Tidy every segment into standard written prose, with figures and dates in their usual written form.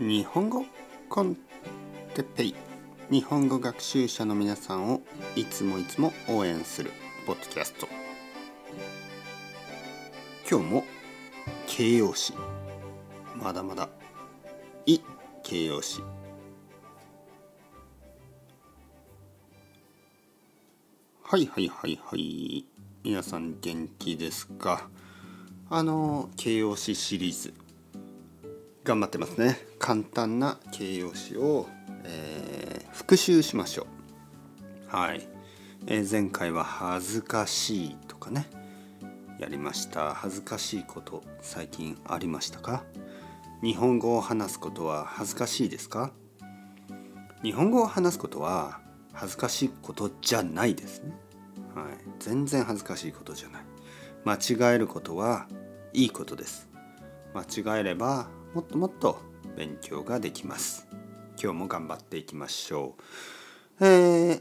日本語コンテッペイ、日本語学習者の皆さんをいつも応援するポッドキャスト。今日も形容詞、まだまだい形容詞。はい皆さん元気ですか？形容詞シリーズ頑張ってますね。簡単な形容詞を、復習しましょう。はい、前回は恥ずかしいとかねやりました。恥ずかしいこと最近ありましたか？日本語を話すことは恥ずかしいですか？日本語を話すことは恥ずかしいことじゃないですね。はい、全然恥ずかしいことじゃない。間違えることはいいことです。間違えればもっと勉強ができます。今日も頑張っていきましょう。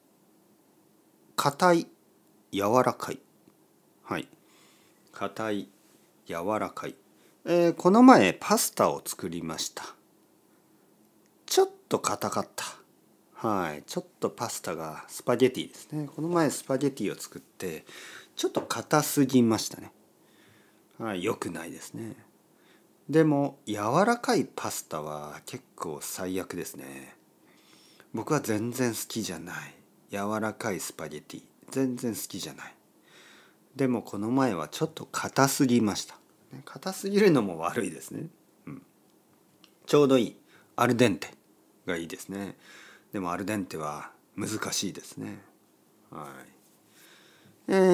硬い、柔らかい。はい。硬い、柔らかい。この前パスタを作りました。ちょっと硬かった。はい。ちょっとパスタがスパゲティですね。この前スパゲティを作ってちょっと硬すぎましたね。はい。良くないですね。でも柔らかいパスタは結構最悪ですね。僕は全然好きじゃない。柔らかいスパゲティ全然好きじゃない。でもこの前はちょっと硬すぎました。硬すぎるのも悪いですね。ちょうどいいアルデンテがいいですね。でもアルデンテは難しいですね。はい。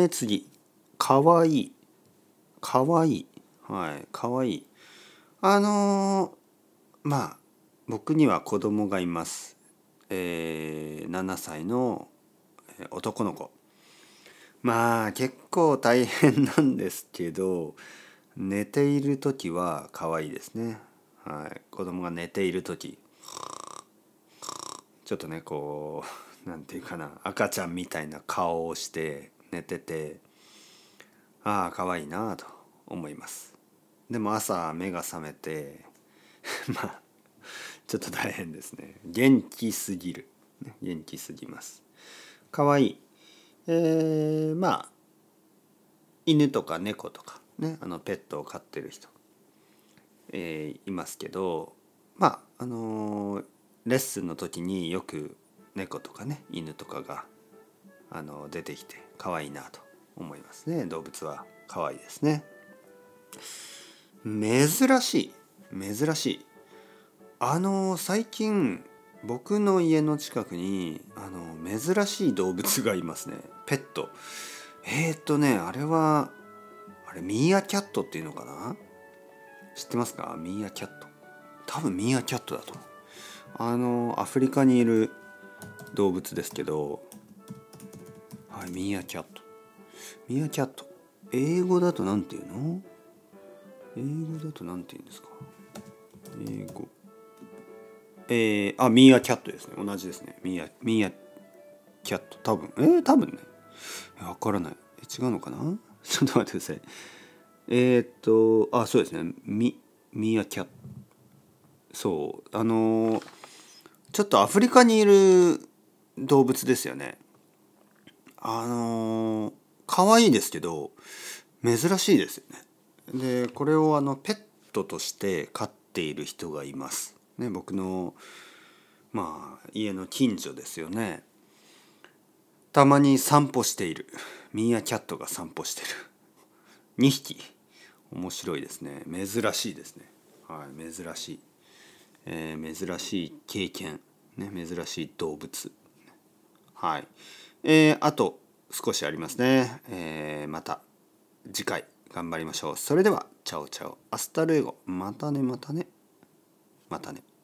次、かわいい。かわいい。はい、かわいい。僕には子供がいます。7歳の男の子。結構大変なんですけど、寝ている時は可愛いですね。はい、子供が寝ている時、ちょっとねこうなんていうかな、赤ちゃんみたいな顔をして寝てて、可愛いなと思います。でも朝目が覚めてちょっと大変ですね。元気すぎる。元気すぎます。可愛い。犬とか猫とかね、ペットを飼ってる人、いますけど、レッスンの時によく猫とかね犬とかが出てきて可愛いなと思いますね。動物は可愛いですね。珍しい。最近僕の家の近くに珍しい動物がいますね。ペット。あれミーアキャットっていうのかな？知ってますか？ミーアキャット。多分ミーアキャットだと思う。アフリカにいる動物ですけど、はい、ミーアキャット。ミーアキャット。英語だとなんていうの？英語だとなんていうんですか？英語。ミーアキャットですね。同じですね。ミーアキャット。多分ね。わからない。違うのかな？ちょっと待ってください。そうですね。ミーアキャット。そう。ちょっとアフリカにいる動物ですよね。可愛いですけど、珍しいですよね。で、これをペットとして飼っている人がいます。ね、僕の、家の近所ですよね。たまに散歩している。ミーアキャットが散歩してる。2匹。面白いですね。珍しいですね。はい、珍しい。珍しい経験。ね、珍しい動物。はい。あと少しありますね。また次回頑張りましょう。それでは、チャオチャオ。アスタルエゴ。またね。